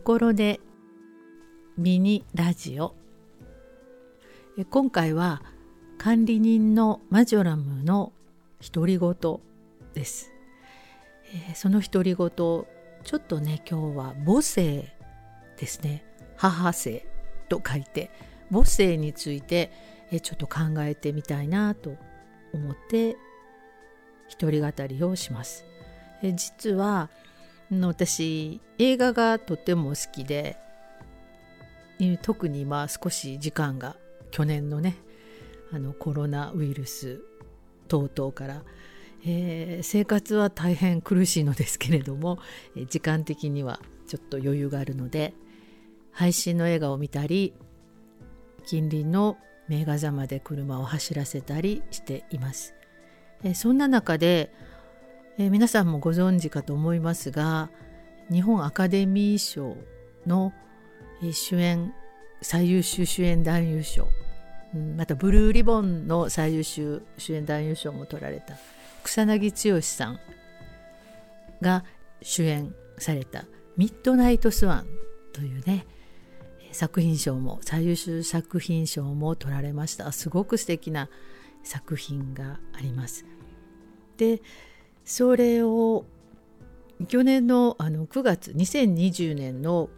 ころでミニラジオ。今回は管理人のマジョラムの独り言です。その独り言、ちょっとね今日は母性ですね。母性と書いて母性についてちょっと考えてみたいなと思って一人語りをします。実は私映画がとても好きで、特に少し時間が去年のねコロナウイルス等々から、生活は大変苦しいのですけれども、時間的にはちょっと余裕があるので配信の映画を見たり、近隣の名画座まで車を走らせたりしています。そんな中で、皆さんもご存知かと思いますが、日本アカデミー賞の最優秀主演男優賞、またブルーリボンの最優秀主演男優賞も取られた草薙剛さんが主演されたミッドナイトスワンというね作品賞も、最優秀作品賞も取られました。すごく素敵な作品があります。でそれを去年の2020年の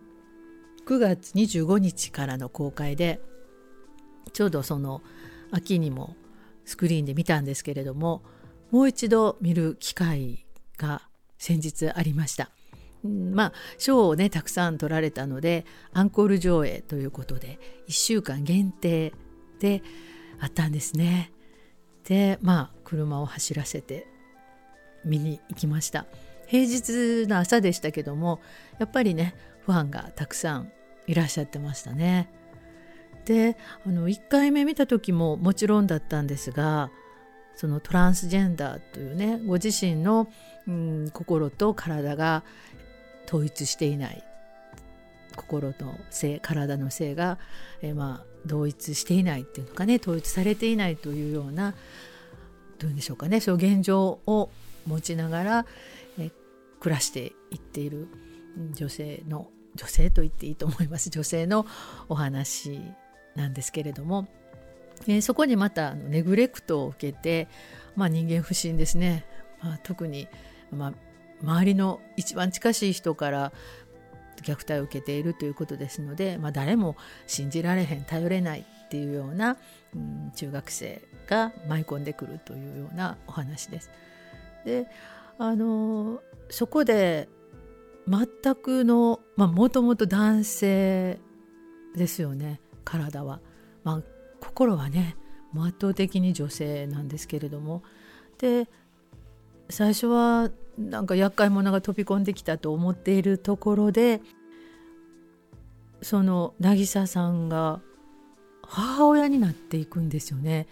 9月25日からの公開で、ちょうどその秋にもスクリーンで見たんですけれども、もう一度見る機会が先日ありました。賞をねたくさん取られたのでアンコール上映ということで1週間限定であったんですね。で車を走らせて見に行きました。平日の朝でしたけども、やっぱりねファンがたくさんいらっしゃってましたね。で1回目見た時ももちろんだったんですが、そのトランスジェンダーというねご自身の、心と体が統一していない、心の性体の性が、同一していないっていうのかね、統一されていないというような、どういうんでしょうかね、そういう現状を持ちながら、暮らしていっている女性と言っていいと思います。女性のお話なんですけれども、そこにまたネグレクトを受けて、人間不信ですね。特に、周りの一番近しい人から虐待を受けているということですので、誰も信じられへん、頼れないっていうような、中学生が舞い込んでくるというようなお話です。でそこで全くの、もともと男性ですよね、体は。心はね圧倒的に女性なんですけれども、で最初はなんか厄介者が飛び込んできたと思っているところで、その渚さんが母親になっていくんですよね。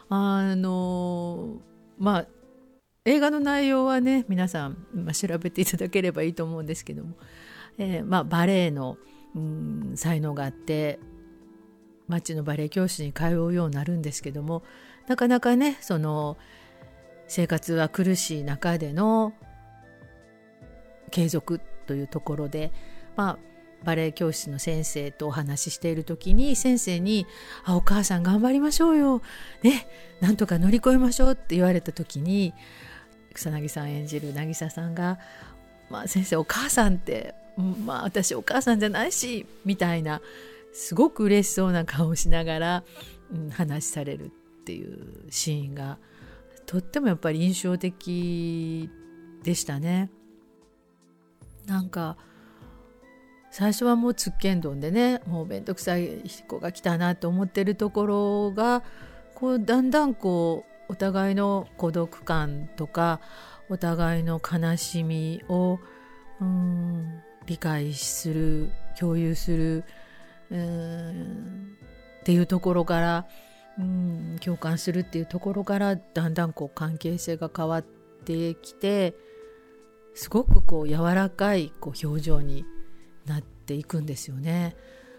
映画の内容はね皆さん、調べていただければいいと思うんですけども、バレエの、才能があって町のバレエ教室に通うようになるんですけども、なかなかねその生活は苦しい中での継続というところで、バレエ教室の先生とお話ししている時に先生にお母さん頑張りましょうよ、ね、なんとか乗り越えましょうって言われた時に、草薙さん演じる渚さんが、先生お母さんって、私お母さんじゃないしみたいな、すごく嬉しそうな顔をしながら、話されるっていうシーンがとってもやっぱり印象的でしたね。なんか最初はもうつっけんどんでね、もうめんどくさい子が来たなと思ってるところが、だんだんお互いの孤独感とかお互いの悲しみを理解する、共有するっていうところから、共感するっていうところからだんだん関係性が変わってきて、すごく柔らかい表情になっていくんですよね。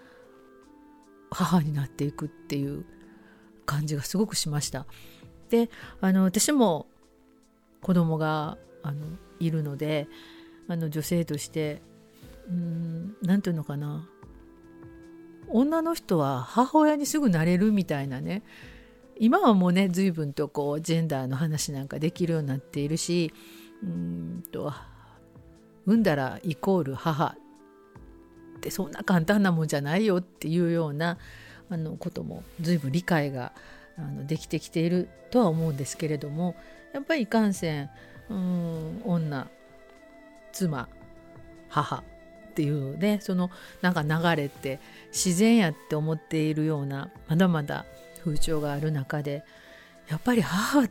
母になっていくっていう感じがすごくしました。で私も子供がいるので、女性としてなんていうのかな、女の人は母親にすぐなれるみたいなね、今はもうね随分とこうジェンダーの話なんかできるようになっているし、産んだらイコール母ってそんな簡単なもんじゃないよっていうようなことも随分理解ができてきているとは思うんですけれども、やっぱりいかんせん女、妻、母っていうね、そのなんか流れって自然やって思っているようなまだまだ風潮がある中で、やっぱり母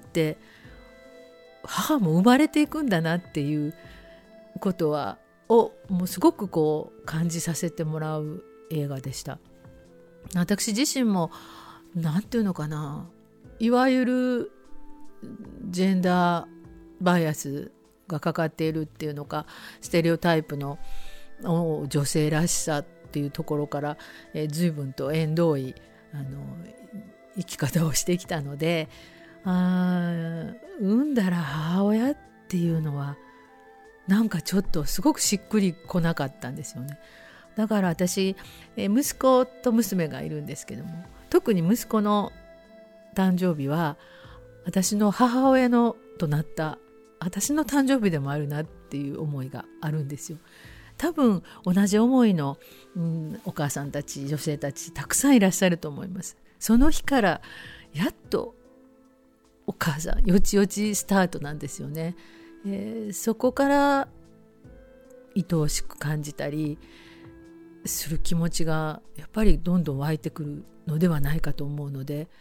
も生まれていくんだなっていうことをもうすごくこう感じさせてもらう映画でした。私自身もなんていうのかな、いわゆるジェンダーバイアスがかかっているっていうのか、ステレオタイプの女性らしさっていうところから、随分と縁遠い生き方をしてきたので、産んだら母親っていうのはなんかちょっとすごくしっくりこなかったんですよね。だから私、息子と娘がいるんですけども、特に息子の誕生日は私の母親のとなった私の誕生日でもあるなっていう思いがあるんですよ。多分同じ思いの、お母さんたち、女性たちたくさんいらっしゃると思います。その日からやっとお母さんよちよちスタートなんですよね。そこから愛おしく感じたりする気持ちがやっぱりどんどん湧いてくるのではないかと思うので、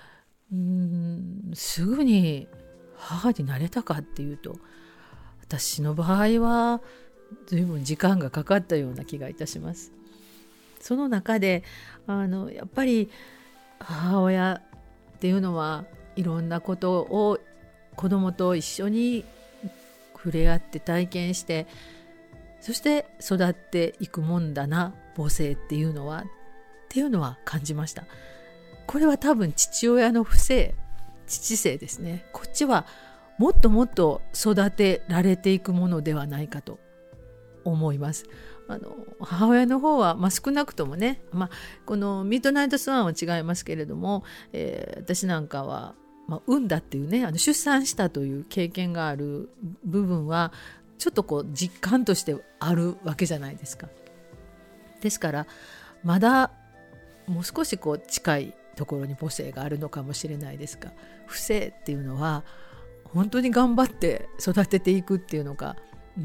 すぐに母になれたかっていうと、私の場合は随分時間がかかったような気がいたします。その中でやっぱり母親っていうのはいろんなことを子供と一緒に触れ合って体験して、そして育っていくもんだな、母性っていうのは感じました。これは多分父親の父性ですね。こっちはもっともっと育てられていくものではないかと思います。母親の方は、少なくともね、このミッドナイトスワンは違いますけれども、私なんかは、産んだっていうね、出産したという経験がある部分はちょっとこう実感としてあるわけじゃないですか。ですからまだもう少しこう近いところに母性があるのかもしれないですが、父性っていうのは本当に頑張って育てていくっていうのか、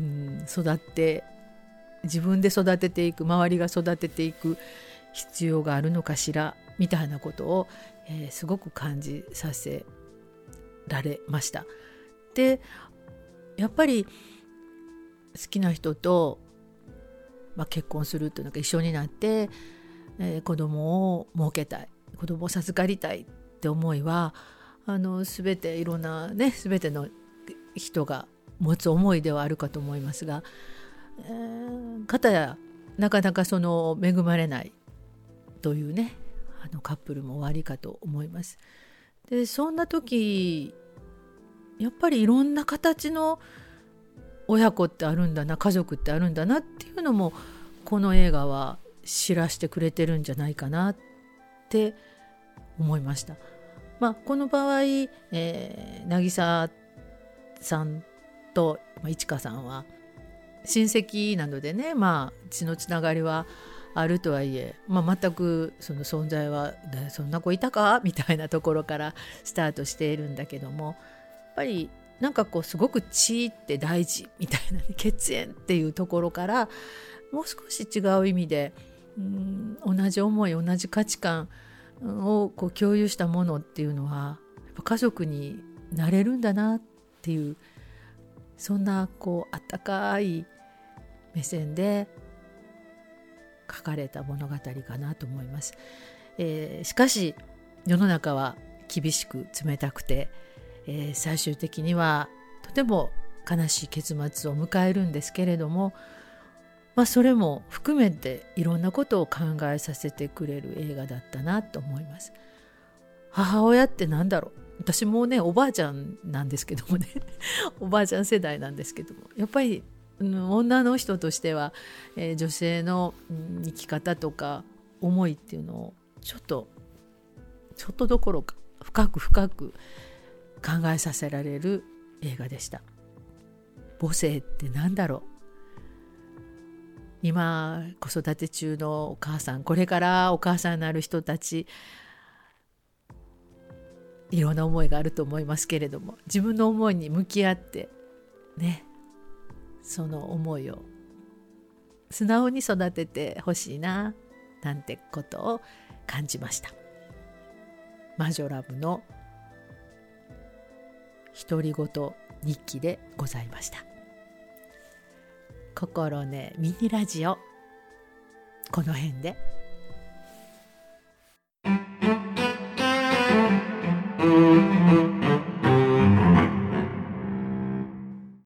自分で育てていく、周りが育てていく必要があるのかしらみたいなことを、すごく感じさせられました。でやっぱり好きな人と、結婚するというのが一緒になって、子供を設けたい、子供を授かりたいって思いは全ていろんなね、全ての人が持つ思いではあるかと思いますが、片やなかなかその恵まれないというねカップルもおありかと思います。でそんな時やっぱりいろんな形の親子ってあるんだな、家族ってあるんだなっていうのもこの映画は知らせてくれてるんじゃないかなって思いました。この場合、渚さんと一華さんは親戚なのでね、血のつながりはあるとはいえ、全くその存在はそんな子いたかみたいなところからスタートしているんだけども、やっぱりなんかこうすごく血って大事みたいな、血縁っていうところからもう少し違う意味で同じ思い、同じ価値観をこう共有したものっていうのはやっぱ家族になれるんだなっていう、そんなこう温かい目線で書かれた物語かなと思います。しかし世の中は厳しく冷たくて、最終的にはとても悲しい結末を迎えるんですけれども、それも含めていろんなことを考えさせてくれる映画だったなと思います。母親ってなんだろう、私もねおばあちゃんなんですけどもねおばあちゃん世代なんですけども、やっぱり女の人としては、女性の、生き方とか思いっていうのをちょっとどころか深く考えさせられる映画でした。母性って何だろう。今子育て中のお母さん、これからお母さんになる人たち、いろんな思いがあると思いますけれども、自分の思いに向き合ってね、その思いを素直に育ててほしいななんてことを感じました。魔女ラブの独り言日記でございました。心ねミニラジオ、この辺で。